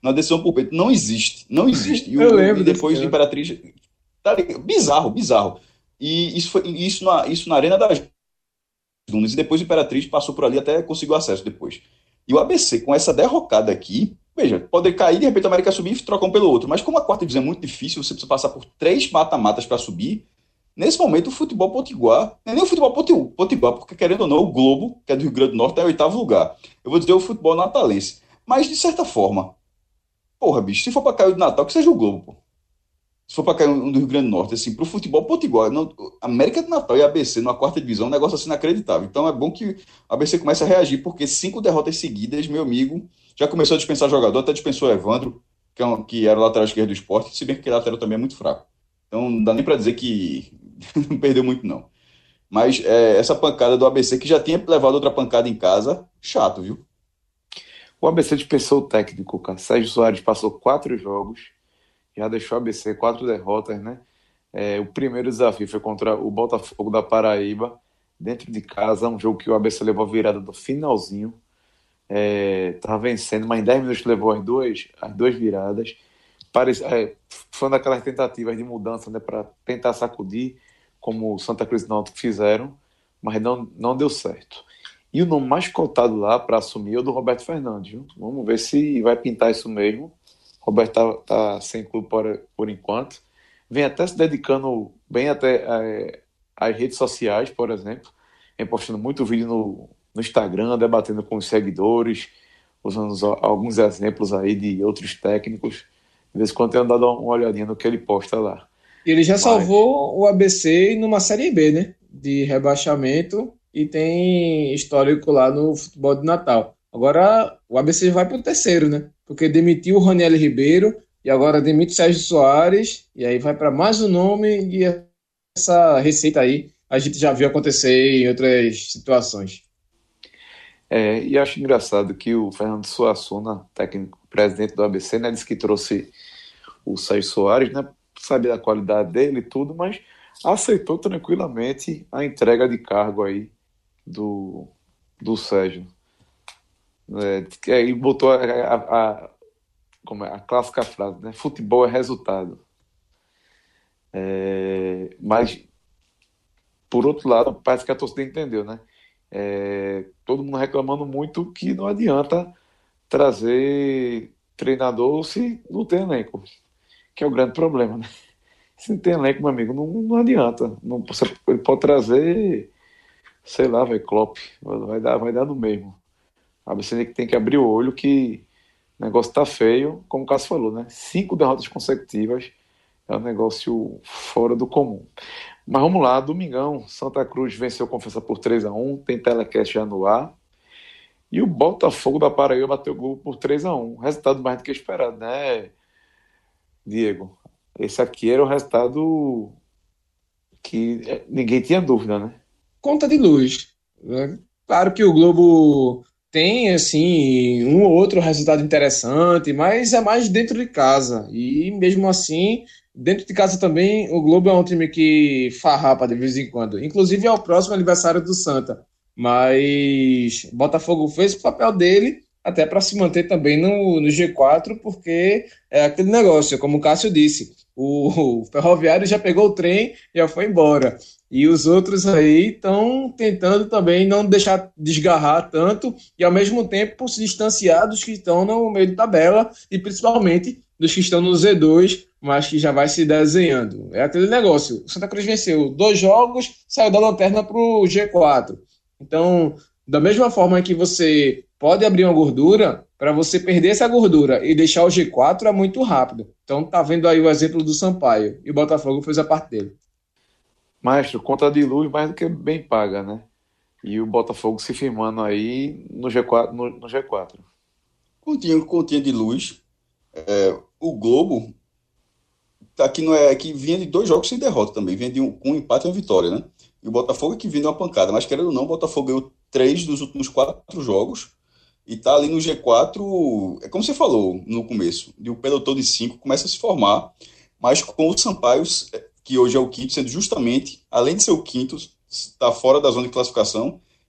na decisão por pênalti. Não existe, não existe. Eu lembro E depois desse o Imperatriz... Tá ligado? Bizarro, bizarro. E isso na Arena das Dunas. E depois o Imperatriz passou por ali até conseguiu acesso depois. E o ABC, com essa derrocada aqui, veja, pode cair, de repente o América subir e trocar um pelo outro. Mas como a quarta divisão é muito difícil, você precisa passar por 3 mata-matas para subir. Nesse momento, o futebol potiguar, não é nem o futebol potiguar, porque querendo ou não, o Globo, que é do Rio Grande do Norte, é o 8º lugar. Eu vou dizer o futebol natalense. Mas, de certa forma, porra, bicho, se for para cair o de Natal, que seja o Globo, pô. Se for para cair um do Rio Grande do Norte, assim, pro futebol potiguar, não, América do Natal e ABC numa quarta divisão é um negócio assim inacreditável. Então é bom que o ABC comece a reagir, porque 5 derrotas seguidas, meu amigo, já começou a dispensar jogador, até dispensou o Evandro, que era o lateral esquerdo do Sport, se bem que aquele lateral também é muito fraco. Então não dá nem para dizer que não perdeu muito, não. Mas essa pancada do ABC, que já tinha levado outra pancada em casa, chato, viu? O ABC dispensou o técnico, cara. Sérgio Soares passou 4 jogos, já deixou o ABC 4 derrotas, né? O primeiro desafio foi contra o Botafogo da Paraíba, dentro de casa, um jogo que o ABC levou a virada do finalzinho. Tava vencendo, mas em 10 minutos levou as duas viradas. Foi uma daquelas tentativas de mudança, né, para tentar sacudir, como o Santa Cruz e o Náutico fizeram, mas não deu certo. E o nome mais cotado lá para assumir é o do Roberto Fernandes. Viu? Vamos ver se vai pintar isso mesmo. O Roberto tá sem clube por enquanto. Vem até se dedicando bem até às redes sociais, por exemplo. Vem postando muito vídeo no Instagram, debatendo com os seguidores, usando alguns exemplos aí de outros técnicos. De vez em quando eu tenho dado uma olhadinha no que ele posta lá. E ele já salvou o ABC numa Série B, né? De rebaixamento e tem histórico lá no futebol de Natal. Agora o ABC vai para o terceiro, né? Porque demitiu o Raniel Ribeiro e agora demite o Sérgio Soares e aí vai para mais um nome e essa receita aí a gente já viu acontecer em outras situações. E acho engraçado que o Fernando Suassuna, técnico, presidente do ABC, né, disse que trouxe o Sérgio Soares, né, sabia da qualidade dele e tudo, mas aceitou tranquilamente a entrega de cargo aí do Sérgio. E botou a clássica frase, né? Futebol é resultado. Mas, por outro lado, parece que a torcida entendeu, né? Todo mundo reclamando muito que não adianta trazer treinador se não tem elenco, que é o grande problema, né? Se não tem elenco, meu amigo, não adianta. Ele pode trazer, sei lá, Klopp, vai dar no mesmo. A ABC tem que abrir o olho que o negócio tá feio, como o Cássio falou, né? 5 derrotas consecutivas é um negócio fora do comum. Mas vamos lá, domingão, Santa Cruz venceu Confiança por 3-1, tem telecast já no ar. E o Botafogo da Paraíba bateu o Globo por 3-1. Resultado mais do que esperado, né, Diego? Esse aqui era o resultado que ninguém tinha dúvida, né? Conta de luz, né? Claro que o Globo tem, assim, um ou outro resultado interessante, mas é mais dentro de casa. E mesmo assim, dentro de casa também, o Globo é um time que farrapa de vez em quando. Inclusive é o próximo aniversário do Santa. Mas o Botafogo fez o papel dele até para se manter também no G4, porque é aquele negócio, como o Cássio disse, o Ferroviário já pegou o trem e já foi embora. E os outros aí estão tentando também não deixar desgarrar tanto e, ao mesmo tempo, se distanciar dos que estão no meio de tabela e, principalmente, dos que estão no Z2, mas que já vai se desenhando. É aquele negócio. O Santa Cruz venceu 2 jogos, saiu da lanterna para o G4. Então, da mesma forma que você pode abrir uma gordura, para você perder essa gordura e deixar o G4 é muito rápido. Então, tá vendo aí o exemplo do Sampaio. E o Botafogo fez a parte dele. Maestro, conta de luz mais do que bem paga, né? E o Botafogo se firmando aí no G4. No G4. Continha de luz. O Globo aqui não é que vinha de 2 jogos sem derrota também, vinha com um empate e uma vitória, né? E o Botafogo que vinha de uma pancada, mas querendo ou não, o Botafogo ganhou 3 dos últimos 4 jogos e tá ali no G4, é como você falou no começo, de um pelotão de 5 começa a se formar, mas com o Sampaio, que hoje é o quinto, sendo justamente, além de ser o quinto, está fora da zona de classificação,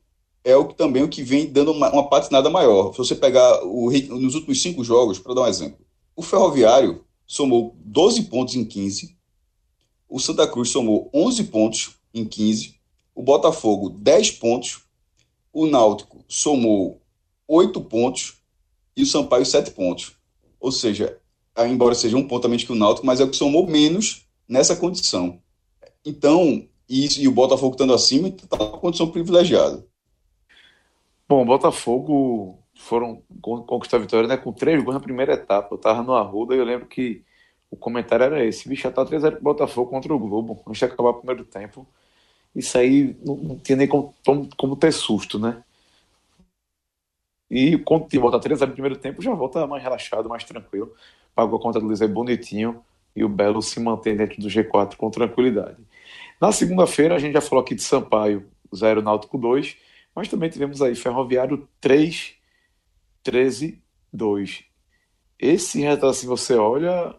é também o que vem dando uma patinada maior. Se você pegar nos últimos 5 jogos, para dar um exemplo, o Ferroviário somou 12 pontos em 15, o Santa Cruz somou 11 pontos em 15, o Botafogo 10 pontos, o Náutico somou 8 pontos e o Sampaio 7 pontos. Ou seja, embora seja um ponto a menos que o Náutico, mas é o que somou menos nessa condição. Então, e o Botafogo estando acima, está numa condição privilegiada. Bom, o Botafogo foram conquistar a vitória, né, com 3 gols na primeira etapa. Eu tava no Arruda e eu lembro que o comentário era esse: bicho, já tá 3-0 pro Botafogo contra o Globo, antes de acabar o primeiro tempo. Isso aí não tinha nem como ter susto, né? E quando o time volta 3-0 no primeiro tempo, já volta mais relaxado, mais tranquilo. Pagou a conta do Lisei bonitinho e o Belo se mantém dentro do G4 com tranquilidade. Na segunda-feira, a gente já falou aqui de Sampaio 0, Náutico 2, mas também tivemos aí Ferroviário 3, 13, 2. Esse resultado, assim, você olha,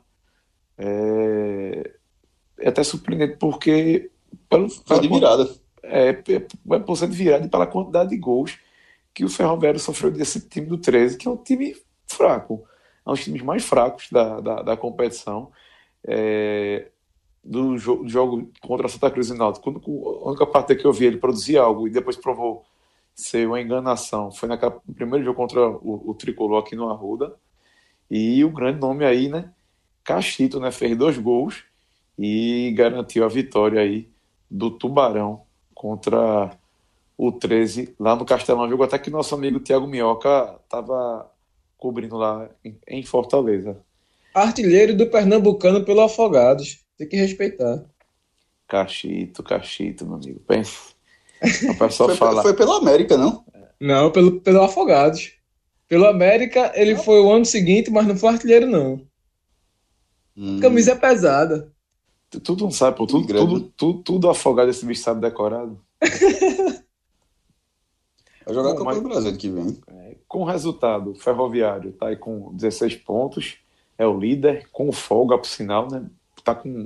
é até surpreendente, porque Foi de virada. por ser de virada e pela quantidade de gols que o Ferroviário sofreu desse time do 13, que é um time fraco. É um dos times mais fracos da competição. Do jogo contra a Santa Cruz e Náutico, a única parte que eu vi ele produzir algo e depois provou ser uma enganação foi no primeiro jogo contra o Tricolor aqui no Arruda. E o grande nome aí, né? Cachito, né? Fez 2 gols e garantiu a vitória aí do Tubarão contra o 13 lá no Castelão. Jogo até que nosso amigo Thiago Minhoca estava cobrindo lá em Fortaleza. Artilheiro do Pernambucano pelo Afogados. Tem que respeitar. Cachito, meu amigo. Pensa. O pessoal fala. Foi pela América, não? Não, pelo Afogados. Pelo América, ele foi o ano seguinte, mas não foi artilheiro, não. Camisa pesada. Tu não sabe, pô. Tudo afogado, esse bicho sabe decorado. Vai jogar a Copa do Brasil que vem. Com o resultado, o Ferroviário tá aí com 16 pontos. É o líder, com folga, por sinal, né? Tá com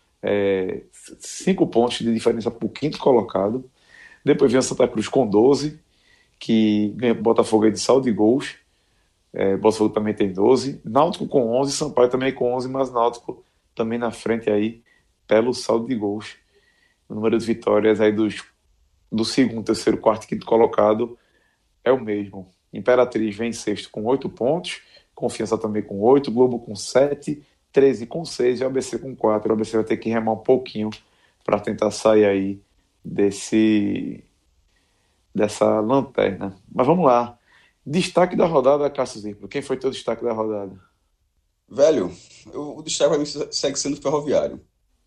5 pontos de diferença para o quinto colocado. Depois vem o Santa Cruz com 12, que ganha o Botafogo aí de saldo de gols. Botafogo também tem 12. Náutico com 11, Sampaio também com 11, mas Náutico também na frente aí pelo saldo de gols. O número de vitórias aí do segundo, terceiro, quarto e quinto colocado é o mesmo. Imperatriz vem em sexto com 8 pontos, Confiança também com 8, Globo com 7, 13 com 6 e o ABC com 4. O ABC vai ter que remar um pouquinho para tentar sair aí dessa lanterna. Mas vamos lá. Destaque da rodada, Cássio Zirpolo. Quem foi teu destaque da rodada? Velho, o destaque para mim segue sendo o Ferroviário.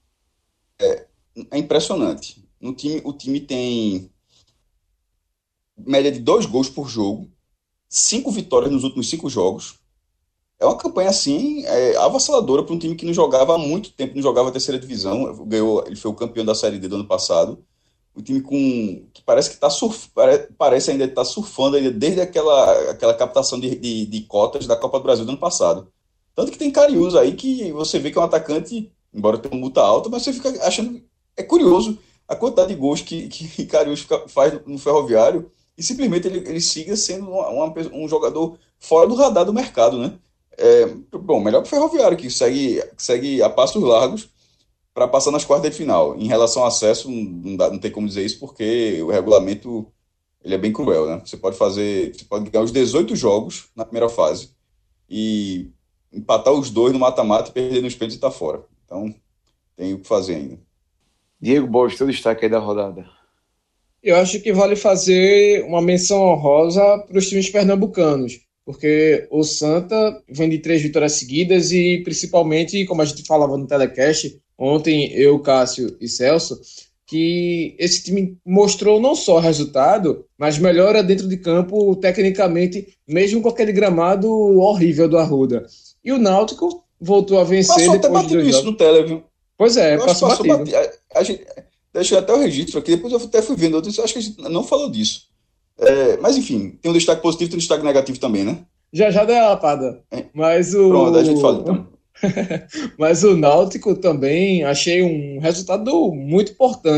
É impressionante. O time tem média de 2 gols por jogo, 5 vitórias nos últimos 5 jogos. É uma campanha assim avassaladora para um time que não jogava há muito tempo, não jogava a terceira divisão. Ele foi o campeão da Série D do ano passado. Um time que parece que parece ainda estar surfando ainda desde aquela captação de cotas da Copa do Brasil do ano passado. Tanto que tem Cariús aí que você vê que é um atacante, embora tenha uma multa alta, mas você fica achando. É curioso a quantidade de gols que Cariús faz no Ferroviário e simplesmente ele siga sendo um jogador fora do radar do mercado, né? Bom, melhor que o Ferroviário, que segue a passos largos para passar nas quartas de final. Em relação ao acesso, não tem como dizer isso, porque o regulamento ele é bem cruel, né? Você pode ganhar os 18 jogos na primeira fase e empatar os 2 no mata-mata e perder nos pênaltis e tá fora. Então, tem o que fazer ainda. Diego Borges, teu destaque aí da rodada. Eu acho que vale fazer uma menção honrosa para os times pernambucanos, porque o Santa vem de 3 vitórias seguidas e, principalmente, como a gente falava no telecast, ontem eu, Cássio e Celso, que esse time mostrou não só resultado, mas melhora dentro de campo tecnicamente, mesmo com aquele gramado horrível do Arruda. E o Náutico voltou a vencer passou depois até batido isso no tele, viu? Pois é, passou batido. A gente, deixa eu até o registro aqui, depois eu até fui vendo outros, acho que a gente não falou disso. Mas enfim, tem um destaque positivo e tem um destaque negativo também, né? Já deu a lapada. Mas Pronto, a gente fala então. Mas o Náutico também achei um resultado muito importante.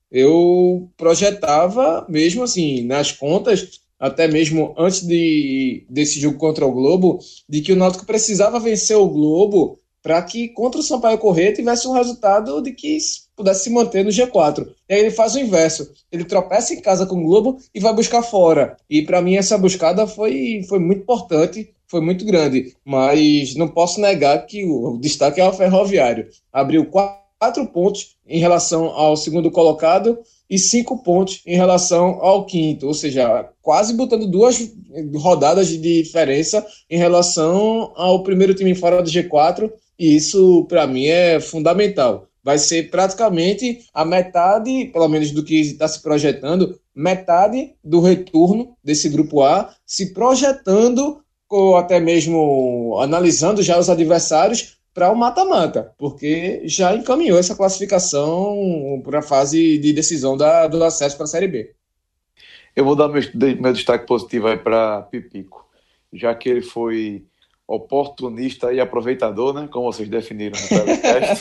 eu projetava, mesmo assim, nas contas, até mesmo antes desse jogo contra o Globo, de que o Náutico precisava vencer o Globo para que contra o Sampaio Corrêa tivesse um resultado de que pudesse se manter no G4. E aí ele faz o inverso, ele tropeça em casa com o Globo e vai buscar fora. E para mim essa buscada foi muito importante, foi muito grande, mas não posso negar que o destaque é o Ferroviário. Abriu 4 pontos em relação ao segundo colocado e 5 pontos em relação ao quinto, ou seja, quase botando 2 rodadas de diferença em relação ao primeiro time fora do G4, e isso para mim é fundamental. Vai ser praticamente a metade, pelo menos do que está se projetando, metade do retorno desse grupo A, se projetando ou até mesmo analisando já os adversários para o mata-mata, porque já encaminhou essa classificação para a fase de decisão do acesso para a Série B. Eu vou dar meu destaque positivo aí para Pipico, já que ele foi oportunista e aproveitador, né? Como vocês definiram no telecast.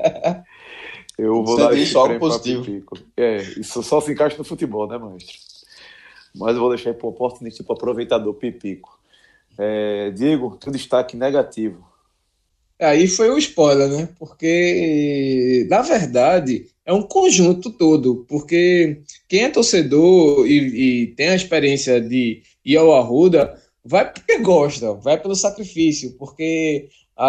Eu vou dar esse prêmio para Pipico. Isso só se encaixa no futebol, né, mestre? Mas eu vou deixar para o oportunista e para o aproveitador Pipico. Diego, teu destaque negativo. Aí foi o spoiler, né? Porque, na verdade, é um conjunto todo. Porque quem é torcedor e tem a experiência de ir ao Arruda, vai porque gosta, vai pelo sacrifício. Porque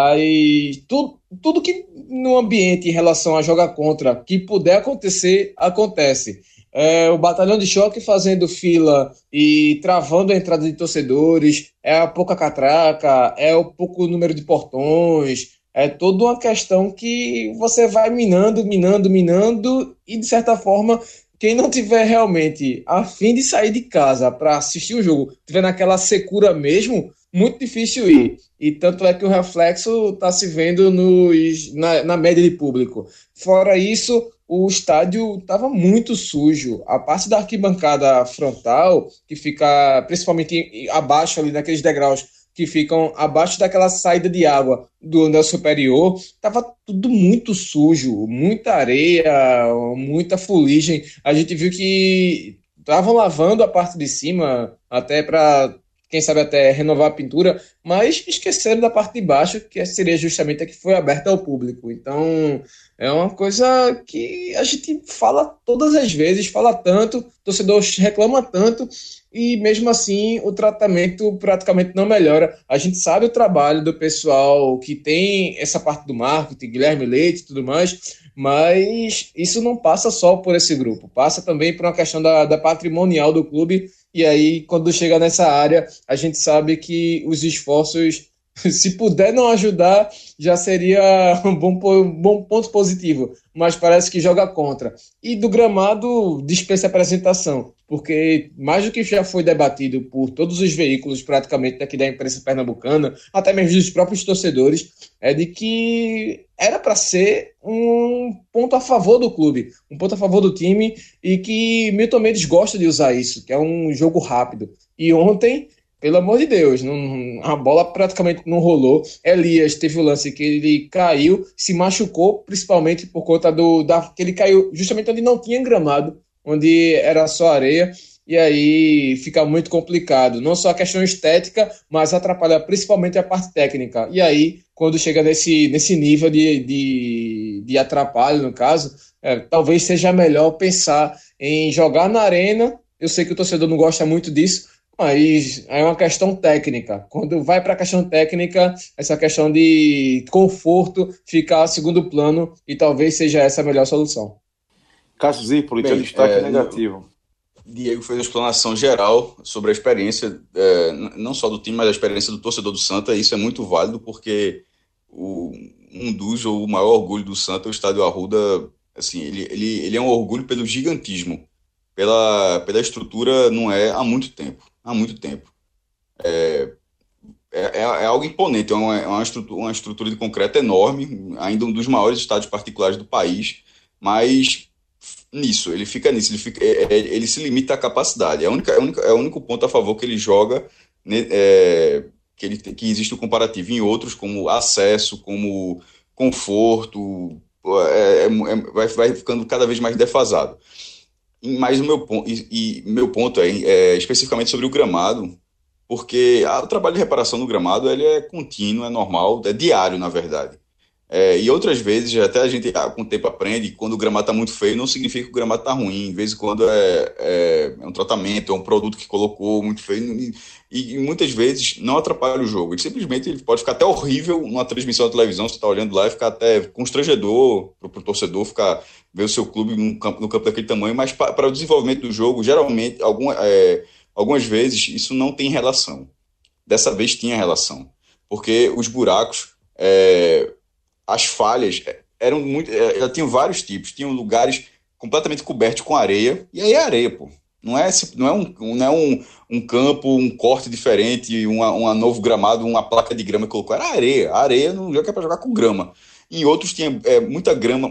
aí tudo que no ambiente em relação a jogar contra, que puder acontecer, acontece. O batalhão de choque fazendo fila e travando a entrada de torcedores, é a pouca catraca, é o pouco número de portões, é toda uma questão que você vai minando, minando, minando, e de certa forma, quem não tiver realmente a fim de sair de casa para assistir o jogo, tiver naquela secura mesmo, muito difícil ir. E tanto é que o reflexo está se vendo na média de público. Fora isso, o estádio estava muito sujo. A parte da arquibancada frontal, que fica principalmente abaixo ali naqueles degraus que ficam abaixo daquela saída de água do andar superior, estava tudo muito sujo, muita areia, muita fuligem. A gente viu que estavam lavando a parte de cima até para, quem sabe, até renovar a pintura, mas esqueceram da parte de baixo, que seria justamente a que foi aberta ao público. Então, é uma coisa que a gente fala todas as vezes, fala tanto, o torcedor reclama tanto, e mesmo assim o tratamento praticamente não melhora. A gente sabe o trabalho do pessoal que tem essa parte do marketing, Guilherme Leite e tudo mais, mas isso não passa só por esse grupo, passa também por uma questão da patrimonial do clube. E aí, quando chega nessa área, a gente sabe que os esforços, se puder não ajudar, já seria um bom ponto positivo. Mas parece que joga contra. E do gramado, dispensa apresentação. Porque mais do que já foi debatido por todos os veículos, praticamente, daqui da imprensa pernambucana, até mesmo dos próprios torcedores, é de que era para ser um ponto a favor do clube, um ponto a favor do time, e que Milton Mendes gosta de usar isso, que é um jogo rápido. E ontem, pelo amor de Deus, a bola praticamente não rolou. Elias teve o lance que ele caiu, se machucou, principalmente por conta que ele caiu justamente onde não tinha gramado, onde era só areia, e aí fica muito complicado. Não só a questão estética, mas atrapalha principalmente a parte técnica. E aí, quando chega nesse nível de atrapalho, no caso, talvez seja melhor pensar em jogar na arena. Eu sei que o torcedor não gosta muito disso, mas é uma questão técnica. Quando vai para a questão técnica, essa questão de conforto fica a segundo plano, e talvez seja essa a melhor solução. Cássio Zirpoli, teu destaque negativo. Diego fez uma explanação geral sobre a experiência, não só do time, mas a experiência do torcedor do Santa. Isso é muito válido, porque um dos, ou o maior orgulho do Santa é o Estádio Arruda. Assim, ele é um orgulho pelo gigantismo, pela estrutura, não é há muito tempo. É algo imponente, é uma estrutura de concreto enorme, ainda um dos maiores estádios particulares do país, mas ele ele se limita à capacidade. É o único ponto a favor que ele joga, né, que existe o comparativo em outros, como acesso, como conforto, vai ficando cada vez mais defasado. Mas o meu ponto, meu ponto é especificamente sobre o gramado, porque o trabalho de reparação no gramado ele é contínuo, é normal, é diário, na verdade. E outras vezes, até a gente com o tempo aprende, quando o gramado está muito feio, não significa que o gramado está ruim. De vez em quando é um tratamento, é um produto que colocou muito feio, e muitas vezes não atrapalha o jogo. Ele pode ficar até horrível numa transmissão da televisão, você está olhando lá e ficar até constrangedor para o torcedor ficar ver o seu clube no campo daquele tamanho, mas para o desenvolvimento do jogo, geralmente, algumas vezes, isso não tem relação. Dessa vez tinha relação, porque os buracos. As falhas eram muito. Já tinham vários tipos. Tinham lugares completamente cobertos com areia. E aí é areia, pô. Não é um campo, um corte diferente, uma novo gramado, uma placa de grama que colocou. Era areia. A areia não joga para jogar com grama. Em outros tinha muita grama,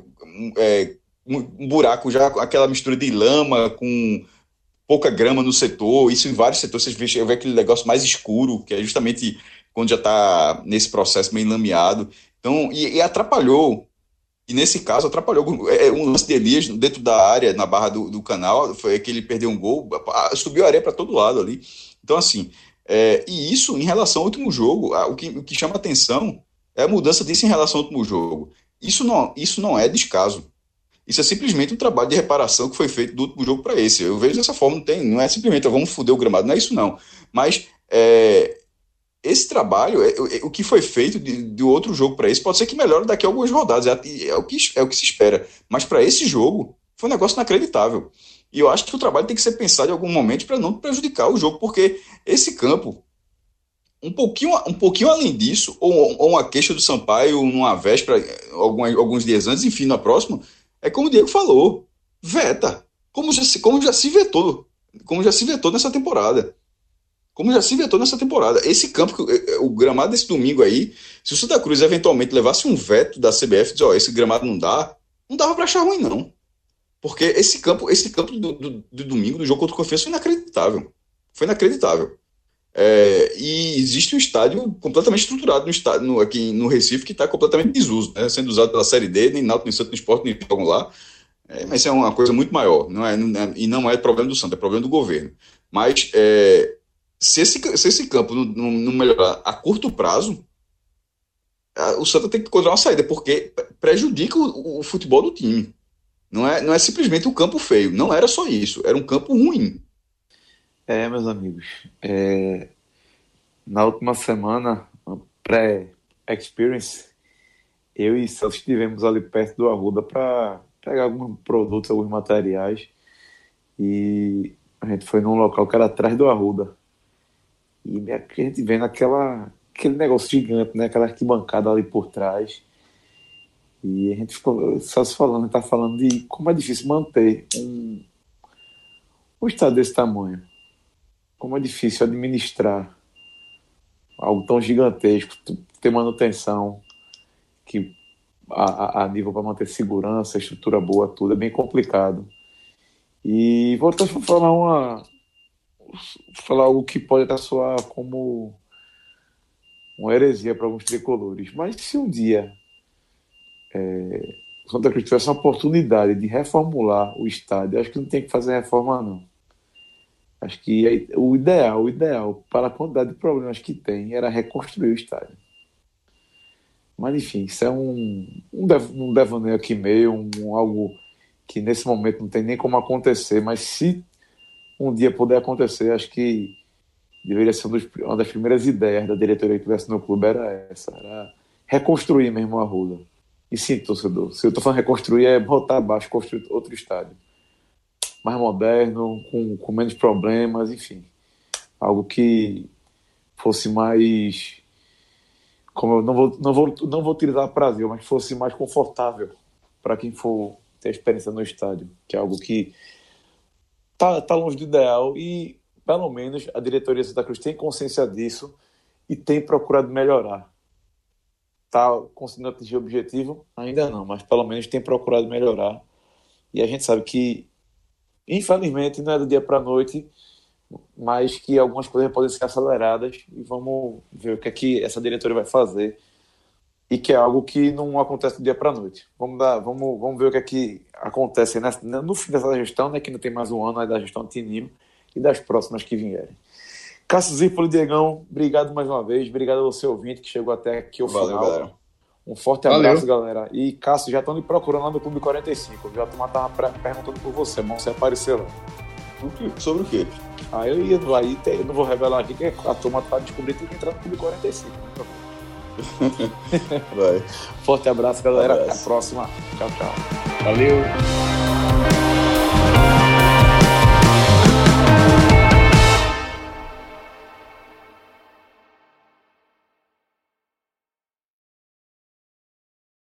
um buraco já, aquela mistura de lama com pouca grama no setor. Isso em vários setores. Você vê aquele negócio mais escuro, que é justamente quando já está nesse processo meio lameado. Então, e atrapalhou. E nesse caso, atrapalhou. Um lance de Elias dentro da área, na barra do canal, foi que ele perdeu um gol, subiu a areia para todo lado ali. Então, assim, e isso em relação ao último jogo, o que chama atenção é a mudança disso em relação ao último jogo. Isso não é descaso. Isso é simplesmente um trabalho de reparação que foi feito do último jogo para esse. Eu vejo dessa forma, não é simplesmente vamos foder o gramado, não é isso não. Mas esse trabalho, o que foi feito de outro jogo para esse, pode ser que melhore daqui a algumas rodadas, é o que se espera. Mas para esse jogo, foi um negócio inacreditável. E eu acho que o trabalho tem que ser pensado em algum momento para não prejudicar o jogo, porque esse campo, um pouquinho além disso, ou uma queixa do Sampaio numa véspera, alguns dias antes, enfim, na próxima, é como o Diego falou, veta, como já se vetou, como já se vetou nessa temporada. Como já se vetou nessa temporada. Esse campo, o gramado desse domingo aí, se o Santa Cruz eventualmente levasse um veto da CBF e dizer, esse gramado não dava para achar ruim, não. Porque esse campo do domingo, do jogo contra o Confiança, foi inacreditável. Foi inacreditável. E existe um estádio completamente estruturado aqui no Recife que está completamente desuso, né? Sendo usado pela Série D, nem Náutico, nem Santo, nem Sport, nem jogam lá. Mas isso é uma coisa muito maior. E não é problema do Santa, é problema do governo. Mas se esse campo não melhorar a curto prazo, o Santa tem que encontrar uma saída, porque prejudica o futebol do time. Não é simplesmente um campo feio. Não era só isso. Era um campo ruim. Meus amigos, na última semana, pré-experience, eu e Celso estivemos ali perto do Arruda para pegar alguns produtos, alguns materiais, e a gente foi num local que era atrás do Arruda. E a gente vendo aquele negócio gigante, né? Aquela arquibancada ali por trás. E a gente ficou só se falando, a gente tá falando de como é difícil manter um estádio desse tamanho. Como é difícil administrar algo tão gigantesco, ter manutenção, que a nível para manter segurança, estrutura boa, tudo, é bem complicado. E voltando a falar algo que pode até soar como uma heresia para alguns tricolores, mas se um dia o Santa Cruz tivesse uma oportunidade de reformular o estádio, acho que não tem que fazer reforma, não. Acho que o ideal para a quantidade de problemas que tem era reconstruir o estádio. Mas enfim, isso é um devaneio aqui meio, algo que nesse momento não tem nem como acontecer, mas se um dia puder acontecer, acho que deveria ser uma das primeiras ideias da diretoria que tivesse no clube, era reconstruir mesmo a Arruda. E sim, torcedor, se eu estou falando reconstruir, é botar abaixo, construir outro estádio mais moderno, com menos problemas, enfim, algo que fosse mais, como eu não vou utilizar prazer, mas fosse mais confortável para quem for ter experiência no estádio, que é algo que tá longe do ideal, e pelo menos a diretoria de Santa Cruz tem consciência disso e tem procurado melhorar. Está conseguindo atingir o objetivo? Ainda não, mas pelo menos tem procurado melhorar. E a gente sabe que, infelizmente, não é do dia para a noite, mas que algumas coisas podem ser aceleradas, e vamos ver o que é que essa diretoria vai fazer e que é algo que não acontece do dia para a noite. Vamos ver o que é que acontece no fim dessa gestão, né, que não tem mais um ano aí da gestão de Tininho e das próximas que vierem. Cássio Zirpoli, Diegão, obrigado mais uma vez, obrigado ao seu ouvinte que chegou até aqui ao final. Galera. Um forte abraço, galera. E Cássio, já estão me procurando lá no Clube 45. Eu já estava perguntando por você, mas você apareceu lá. Sobre o quê? Eu não vou revelar aqui, que a turma tá descobrindo que tem que entrar no Clube 45. Vai. Forte abraço, galera. Até a próxima. Tchau, tchau. Valeu.